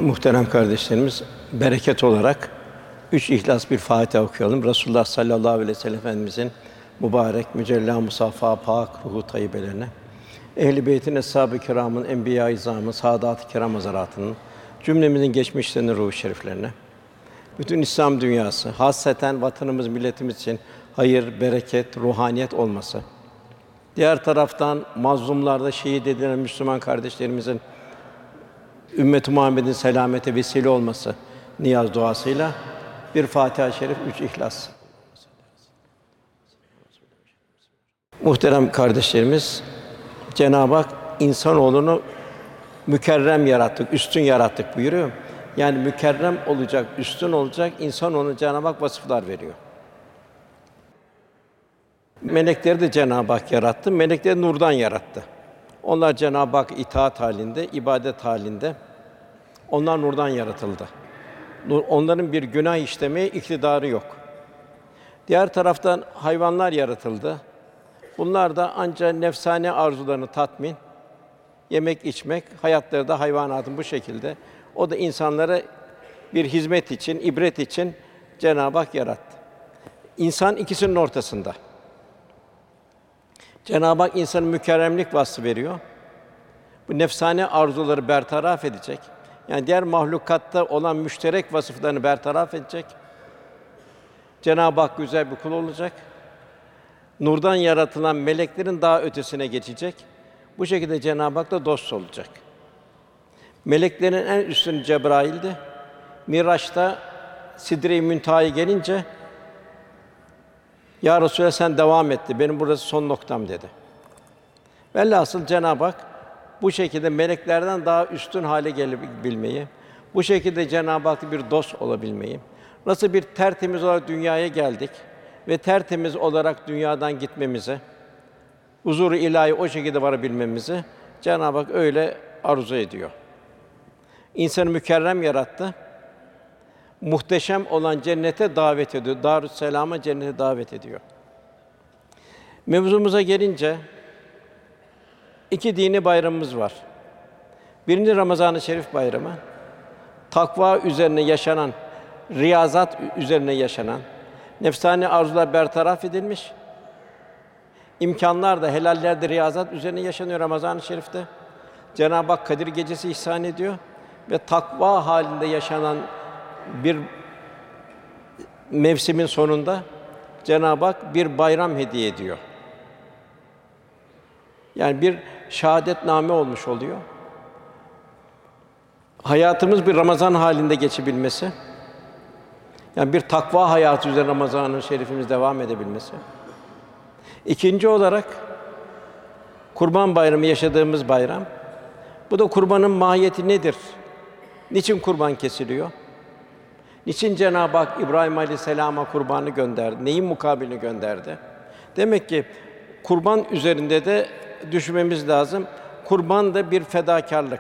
Muhterem kardeşlerimiz, bereket olarak 3 İhlas bir Fatiha okuyalım. Resulullah sallallahu aleyhi ve sellem Efendimizin mübarek, mücella, musaffa, pak ruhu tayyibelerine, Ehl-i Beyt'in, Eshâb-ı Kirâm'ın, Enbiya-i İzâm'ın, Sâdât-ı Kirâm hazaratının, cümlemizin geçmişlerinin ruhu şeriflerine, bütün İslam dünyası, hasreten vatanımız, milletimiz için hayır, bereket, ruhaniyet olması, diğer taraftan mazlumlarda şehit edilen Müslüman kardeşlerimizin ümmet-i Muhammed'in selamete vesile olması niyaz duasıyla bir Fatiha-i Şerif, 3 İhlas. Muhterem kardeşlerimiz, Cenab-ı Hak insanoğlunu mükerrem yarattık, üstün yarattık buyuruyor. Yani mükerrem olacak, üstün olacak, insanoğluna Cenab-ı Hak vasıflar veriyor. Melekleri de Cenab-ı Hak yarattı. Melekleri nurdan yarattı. Onlar Cenab-ı Hak itaat halinde, ibadet halinde. Onlar nurdan yaratıldı. Onların bir günah işlemeye iktidarı yok. Diğer taraftan hayvanlar yaratıldı. Bunlar da ancak nefsani arzularını tatmin, yemek, içmek, hayatları da hayvanatın bu şekilde. O da insanlara bir hizmet için, ibret için Cenab-ı Hak yarattı. İnsan ikisinin ortasında. Cenab-ı Hak insana mükerremlik vasfı veriyor. Bu nefsani arzuları bertaraf edecek. Yani diğer mahlukatta olan müşterek vasıflarını bertaraf edecek. Cenab-ı Hak güzel bir kul olacak. Nurdan yaratılan meleklerin daha ötesine geçecek. Bu şekilde Cenab-ı Hak'la dost olacak. Meleklerin en üstünü Cebrail'di. Miraç'ta Sidre-i Münteha'ya gelince "Ya Resulallah, sen devam etti. Benim burası son noktam." dedi. Velhasıl Cenab-ı Hak bu şekilde meleklerden daha üstün hale gelebilmeyi, bu şekilde Cenab-ı Hak'la bir dost olabilmeyi, nasıl bir tertemiz olarak dünyaya geldik ve tertemiz olarak dünyadan gitmemizi, huzur-u ilahi o şekilde varabilmemizi Cenab-ı Hak öyle arzu ediyor. İnsanı mükerrem yarattı. Muhteşem olan cennete davet ediyor. Darüsselam'a, cennete davet ediyor. Mevzumuza gelince 2 dini bayramımız var. Birinci Ramazan-ı Şerif bayramı, takva üzerine yaşanan, riyazat üzerine yaşanan, nefsani arzular bertaraf edilmiş, imkânlar da helallerde riyazat üzerine yaşanıyor Ramazan-ı Şerif'te. Cenab-ı Hak Kadir Gecesi ihsan ediyor ve takva halinde yaşanan bir mevsimin sonunda Cenab-ı Hak bir bayram hediye ediyor. Yani bir şahadetname olmuş oluyor. Hayatımız bir Ramazan halinde geçebilmesi, yani bir takva hayatı üzerine Ramazan-ı Şerifimiz devam edebilmesi. İkinci olarak Kurban Bayramı yaşadığımız bayram. Bu da kurbanın mahiyeti nedir? Niçin kurban kesiliyor? Niçin Cenab-ı Hak İbrahim Aleyhisselam'a kurbanı gönderdi? Neyin mukabilini gönderdi? Demek ki kurban üzerinde de düşünmemiz lazım. Kurban da bir fedakârlık.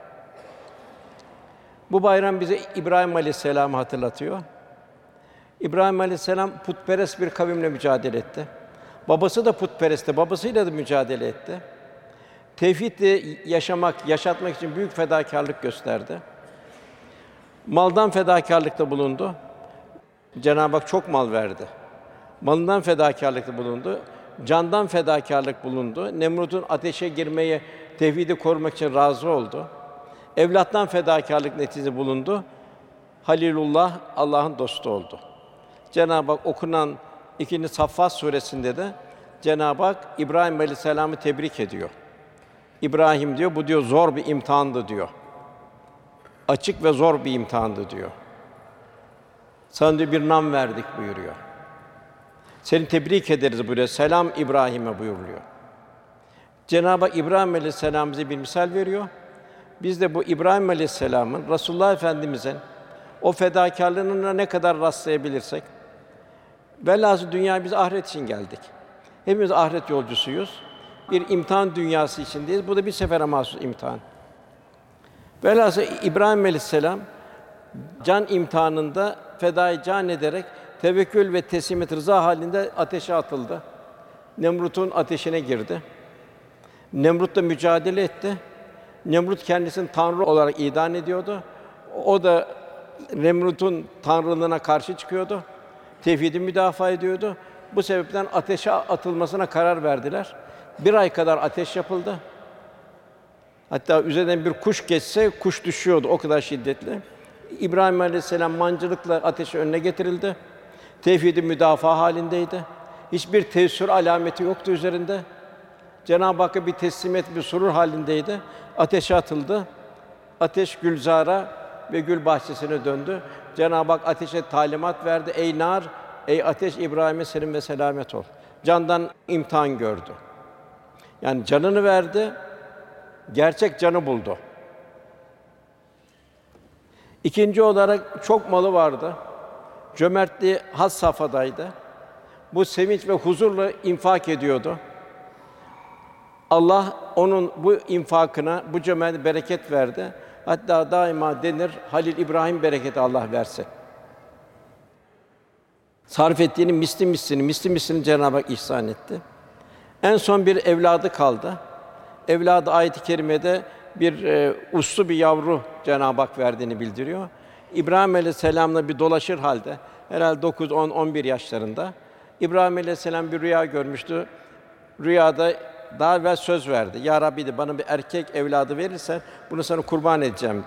Bu bayram bize İbrahim Aleyhisselam'ı hatırlatıyor. İbrahim Aleyhisselam putperest bir kavimle mücadele etti. Babası da putperestti, babasıyla da mücadele etti. Tevhidle yaşatmak için büyük fedakârlık gösterdi. Maldan fedakârlıkta bulundu. Cenab-ı Hak çok mal verdi. Malından fedakârlıkta bulundu. Candan fedakârlık bulundu. Nemrut'un ateşe girmeye, tevhidi korumak için razı oldu. Evlattan fedakârlık neticesi bulundu. Halilullah, Allah'ın dostu oldu. Cenab-ı Hak okunan 2. Saffât suresinde de Cenab-ı Hak İbrahim Aleyhisselam'ı tebrik ediyor. İbrahim diyor, bu diyor zor bir imtihandı diyor. Açık ve zor bir imtihandı diyor. Sana diyor bir nam verdik buyuruyor. Seni tebrik ederiz buyuruyor. Selam İbrahim'e buyuruluyor. Cenab-ı Hak İbrahim Aleyhisselam bize bir misal veriyor. Biz de bu İbrahim Aleyhisselam'ın, Resulullah Efendimiz'in o fedakârlığına ne kadar rastlayabilirsek, velhâsıl dünyaya biz ahiret için geldik. Hepimiz ahiret yolcusuyuz. Bir imtihan dünyası içindeyiz. Bu da bir sefere mahsus imtihan. Velhâsıl İbrahim Aleyhisselam can imtihanında fedâ-i can ederek tevekkül ve teslimiyet rıza halinde ateşe atıldı. Nemrut'un ateşine girdi. Nemrut'la mücadele etti. Nemrut kendisini tanrı olarak ilan ediyordu. O da Nemrut'un tanrılığına karşı çıkıyordu. Tevhid'i müdafaa ediyordu. Bu sebepten ateşe atılmasına karar verdiler. 1 ay kadar ateş yapıldı. Hatta üzerinden bir kuş geçse kuş düşüyordu, o kadar şiddetli. İbrahim Aleyhisselam mancınıkla ateşin önüne getirildi. Tevhid-i müdafaa halindeydi. Hiçbir tesir alameti yoktu üzerinde. Cenab-ı Hakk'a bir teslimiyet, bir surur halindeydi. Ateşe atıldı. Ateş gülzara ve gül bahçesine döndü. Cenab-ı Hak ateşe talimat verdi. Ey nar, ey ateş, İbrahim'e serin ve selamet ol. Candan imtihan gördü. Yani canını verdi, gerçek canı buldu. İkinci olarak çok malı vardı. Cömertliği had safhadaydı. Bu sevinç ve huzurla infak ediyordu. Allah onun bu infakına, bu cömertliğe bereket verdi. Hatta daima denir, Halil İbrahim bereketi Allah versin. Sarf ettiğinin misli mislini Cenab-ı Hak ihsan etti. En son bir evladı kaldı. Evladı ayet-i kerimede bir uslu bir yavru Cenab-ı Hak verdiğini bildiriyor. İbrahim Aleyhisselam'la bir dolaşır halde, herhalde 9, 10, 11 yaşlarında. İbrahim Aleyhisselam bir rüya görmüştü. Rüyada daha evvel söz verdi. Ya Rabbi de bana bir erkek evladı verirsen bunu sana kurban edeceğim.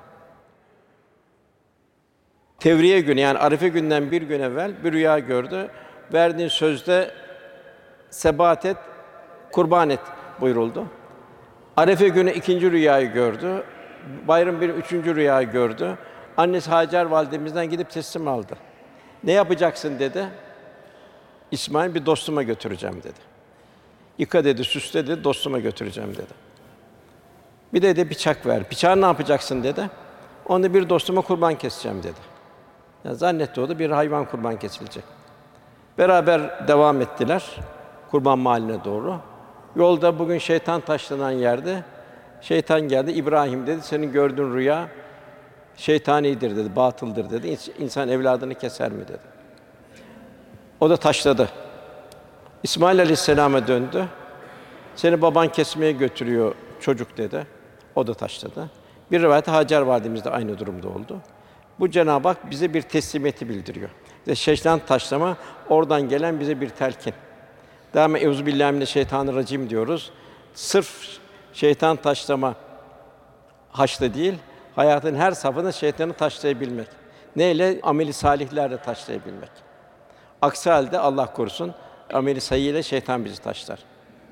Tevriye günü yani Arife günden bir gün evvel bir rüya gördü. Verdiğin sözde sebat et, kurban et buyuruldu. Arife günü ikinci rüyayı gördü. Bayram bir üçüncü rüyayı gördü. Annesi Hacer validemizden gidip teslim aldı. Ne yapacaksın dedi. İsmail bir dostuma götüreceğim dedi. Yıka dedi, süsle dedi, dostuma götüreceğim dedi. Bir de bıçak ver. Bıçağı ne yapacaksın dedi. Onu da bir dostuma kurban keseceğim dedi. Yani zannetti o da bir hayvan kurban kesilecek. Beraber devam ettiler kurban mahalline doğru. Yolda bugün şeytan taşlanan yerde şeytan geldi. İbrahim dedi, senin gördüğün rüya şeytanidir dedi, batıldır dedi. İnsan evladını keser mi dedi. O da taşladı. İsmail Aleyhisselam'a döndü. Seni baban kesmeye götürüyor çocuk dedi. O da taşladı. Bir rivayette Hacer validemiz de aynı durumda oldu. Bu Cenab-ı Hak bize bir teslimiyeti bildiriyor. İşte şeytan taşlama oradan gelen bize bir telkin. Daima Euzubillahimineşşeytanirracim diyoruz. Sırf şeytan taşlama haşla değil, hayatın her safhada şeytanı taşlayabilmek. Neyle? Ameli salihlerle taşlayabilmek. Aksi halde Allah korusun ameli sayyi ile şeytan bizi taşlar.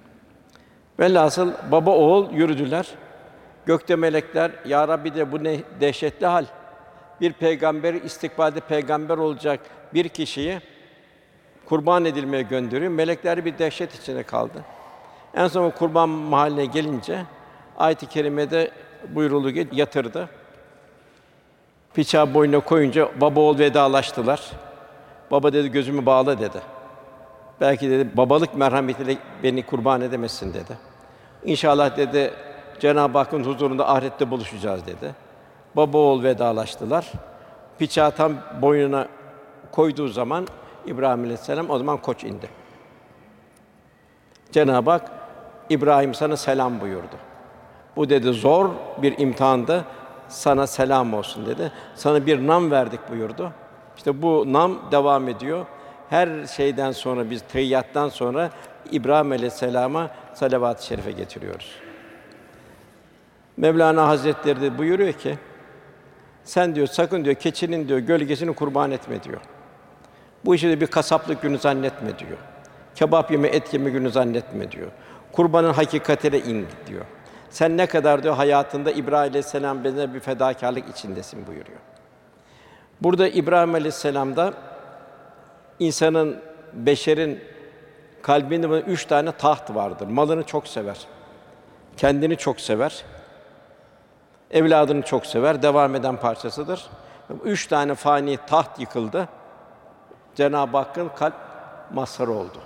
Velhasıl baba oğul yürüdüler. Gökte melekler, Ya Rabbi de bu ne dehşetli hal. Bir peygamberi istikbalde peygamber olacak bir kişiyi kurban edilmeye gönderiyor. Melekler bir dehşet içinde kaldı. En son kurban mahalline gelince ayet-i kerimede buyurulduğu gibi yatırdı. Bıçağı boynuna koyunca baba oğul vedalaştılar. Baba dedi gözümü bağla dedi. Belki dedi babalık merhametiyle beni kurban edemezsin dedi. İnşallah dedi Cenab-ı Hakk'ın huzurunda ahirette buluşacağız dedi. Baba oğul vedalaştılar. Bıçağı tam boynuna koyduğu zaman İbrahim Aleyhisselam o zaman koç indi. Cenab-ı Hak İbrahim sana selam buyurdu. Bu dedi zor bir imtihandı. Sana selam olsun dedi. Sana bir nam verdik buyurdu. İşte bu nam devam ediyor. Her şeyden sonra biz tehiyyattan sonra İbrahim Aleyhisselam'a salavat-ı şerife getiriyoruz. Mevlana Hazretleri de buyuruyor ki sen diyor sakın diyor keçinin diyor gölgesini kurban etme diyor. Bu işi de bir kasaplık günü zannetme diyor. Kebap yeme, et yeme günü zannetme diyor. Kurbanın hakikatine in diyor. Sen ne kadar diyor hayatında İbrahim Aleyhisselam benzer bir fedakârlık içindesin buyuruyor. Burada İbrahim Aleyhisselam'da insanın, beşerin kalbinde 3 tane taht vardır. Malını çok sever. Kendini çok sever. Evladını çok sever. Devam eden parçasıdır. 3 tane fani taht yıkıldı. Cenab-ı Hakk'ın kalp mazharı oldu.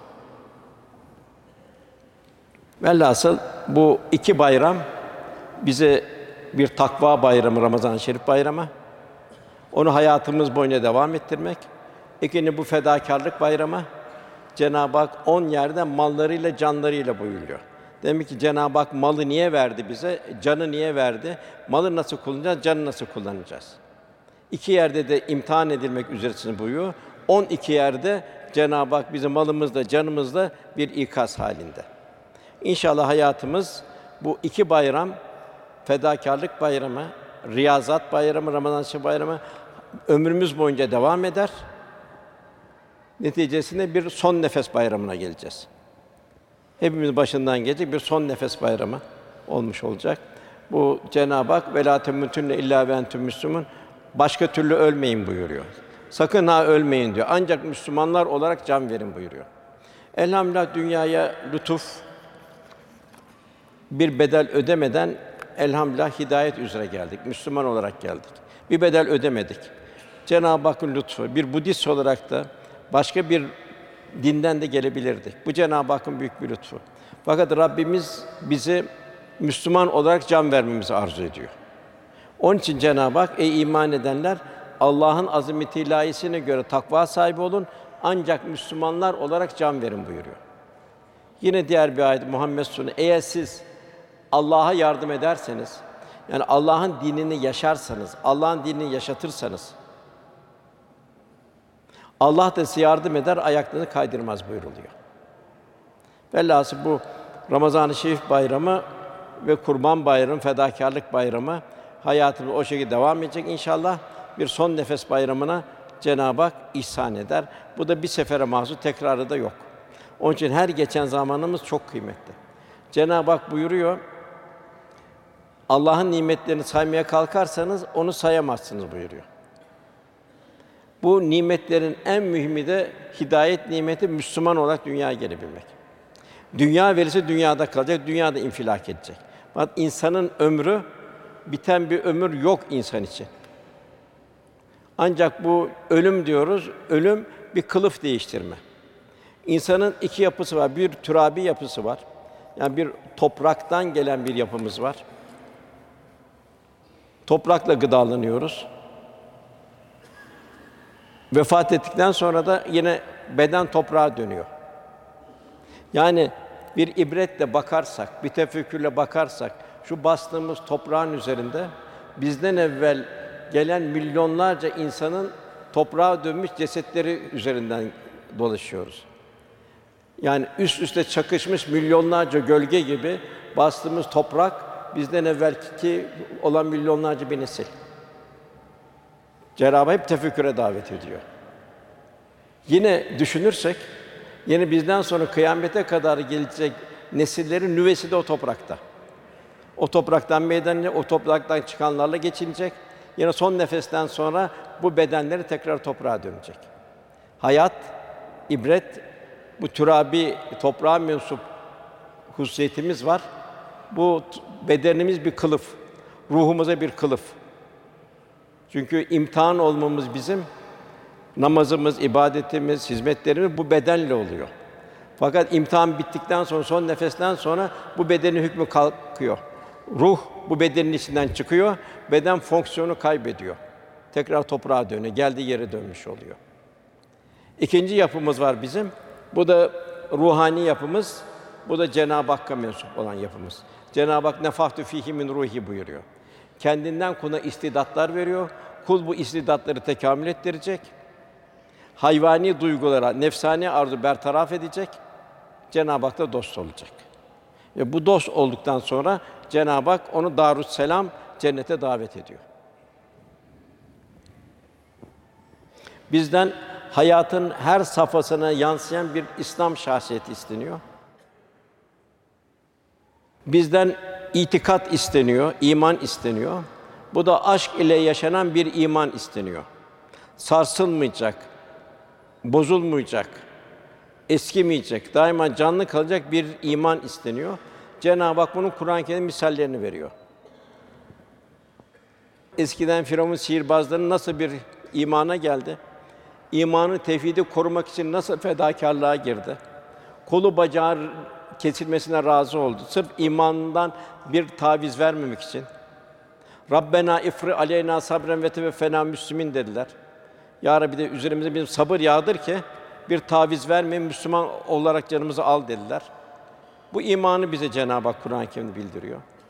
Velhasıl bu 2 bayram bize bir takva bayramı, Ramazan-ı Şerif bayramı. Onu hayatımız boyunca devam ettirmek. İkinci bu fedakârlık bayramı. Cenab-ı Hak 10 yerden mallarıyla, canlarıyla buyuruyor. Demek ki Cenab-ı Hak malı niye verdi bize? Canı niye verdi? Malı nasıl kullanacağız? Canı nasıl kullanacağız? 2 yerde de imtihan edilmek üzeresiniz buyuruyor. 12 yerde Cenab-ı Hak bizi malımızla, canımızla bir ikaz halinde. İnşallah hayatımız bu 2 bayram, fedakârlık bayramı, riyazat bayramı, Ramazan Şerif bayramı ömrümüz boyunca devam eder. Neticesinde bir son nefes bayramına geleceğiz. Hepimizin başından gelecek bir son nefes bayramı olmuş olacak. Bu Cenab-ı Hak "Ve lâ temûtunne illâ ve entüm müslümûn" başka türlü ölmeyin buyuruyor. Sakın ha ölmeyin diyor. Ancak Müslümanlar olarak can verin buyuruyor. Elhamdülillah dünyaya lütuf bir bedel ödemeden elhamdülillah hidayet üzere geldik. Müslüman olarak geldik. Bir bedel ödemedik. Cenab-ı Hakk'ın lütfu. Bir Budist olarak da başka bir dinden de gelebilirdik. Bu Cenab-ı Hakk'ın büyük bir lütfu. Fakat Rabbimiz bizi Müslüman olarak can vermemizi arzu ediyor. Onun için Cenab-ı Hak ey iman edenler Allah'ın azameti ilahisine göre takva sahibi olun ancak Müslümanlar olarak can verin buyuruyor. Yine diğer bir ayet Muhammed Suresi eğer siz Allah'a yardım ederseniz yani Allah'ın dinini yaşarsanız, Allah'ın dinini yaşatırsanız Allah da size yardım eder, ayaklarını kaydırmaz buyuruluyor. Velhâsıl bu Ramazan-ı Şerif bayramı ve Kurban Bayramı, fedakârlık bayramı hayatımız o şekilde devam edecek inşallah. Bir son nefes bayramına Cenab-ı Hak ihsan eder. Bu da bir sefere mahsus, tekrarı da yok. Onun için her geçen zamanımız çok kıymetli. Cenab-ı Hak buyuruyor, Allah'ın nimetlerini saymaya kalkarsanız onu sayamazsınız buyuruyor. Bu nimetlerin en mühimi de hidayet nimeti, Müslüman olarak dünyaya gelebilmek. Dünya verirse dünyada kalacak, dünyada infilak edecek. Fakat insanın ömrü, biten bir ömür yok insan için. Ancak bu ölüm diyoruz, ölüm bir kılıf değiştirme. İnsanın 2 yapısı var, bir türâbi yapısı var. Yani bir topraktan gelen bir yapımız var. Toprakla gıdalanıyoruz. Vefat ettikten sonra da yine beden toprağa dönüyor. Yani bir ibretle bakarsak, bir tefekkürle bakarsak, şu bastığımız toprağın üzerinde bizden evvel gelen milyonlarca insanın toprağa dönmüş cesetleri üzerinden dolaşıyoruz. Yani üst üste çakışmış milyonlarca gölge gibi bastığımız toprak bizden evvelki olan milyonlarca bir nesil. Cenab-ı Hak hep tefekküre davet ediyor. Yine düşünürsek, yine bizden sonra kıyamete kadar gelecek nesillerin nüvesi de o toprakta. O topraktan meydana, o topraktan çıkanlarla geçilecek. Yine son nefesten sonra bu bedenleri tekrar toprağa dönecek. Hayat, ibret, bu türâbi toprağa mensup hususiyetimiz var. Bu bedenimiz bir kılıf, ruhumuza bir kılıf. Çünkü imtihan olmamız bizim namazımız, ibadetimiz, hizmetlerimiz bu bedenle oluyor. Fakat imtihan bittikten sonra, son nefesten sonra bu bedenin hükmü kalkıyor. Ruh bu bedenin içinden çıkıyor, beden fonksiyonu kaybediyor. Tekrar toprağa dönüyor, geldiği yere dönmüş oluyor. İkinci yapımız var bizim. Bu da ruhani yapımız. Bu da Cenab-ı Hakk'a mensup olan yapımız. Cenab-ı Hak "Nefahtu fîhî min ruhi" buyuruyor. Kendinden kula istidatlar veriyor. Kul bu istidatları tekamül ettirecek. Hayvani duygulara, nefsani arzu bertaraf edecek. Cenab-ı Hak'la dost olacak. Ve bu dost olduktan sonra Cenab-ı Hak onu Darüsselam cennete davet ediyor. Bizden hayatın her safhasına yansıyan bir İslam şahsiyeti isteniyor. Bizden itikat isteniyor, iman isteniyor. Bu da aşk ile yaşanan bir iman isteniyor. Sarsılmayacak, bozulmayacak, eskimeyecek, daima canlı kalacak bir iman isteniyor. Cenab-ı Hak bunun Kur'an-ı Kerim misallerini veriyor. Eskiden Firavun sihirbazları nasıl bir imana geldi? İmanı, tevhidi korumak için nasıl fedakârlığa girdi? Kolu bacağı kesilmesine razı oldu. Sırf imanından bir taviz vermemek için. Rabbena ifri aleyna sabren ve teveffena müslimin dediler. Ya Rabbi de üzerimize bir sabır yağdır ki bir taviz vermeyin, Müslüman olarak canımızı al dediler. Bu imanı bize Cenab-ı Hak Kur'an-ı Kerim'de bildiriyor.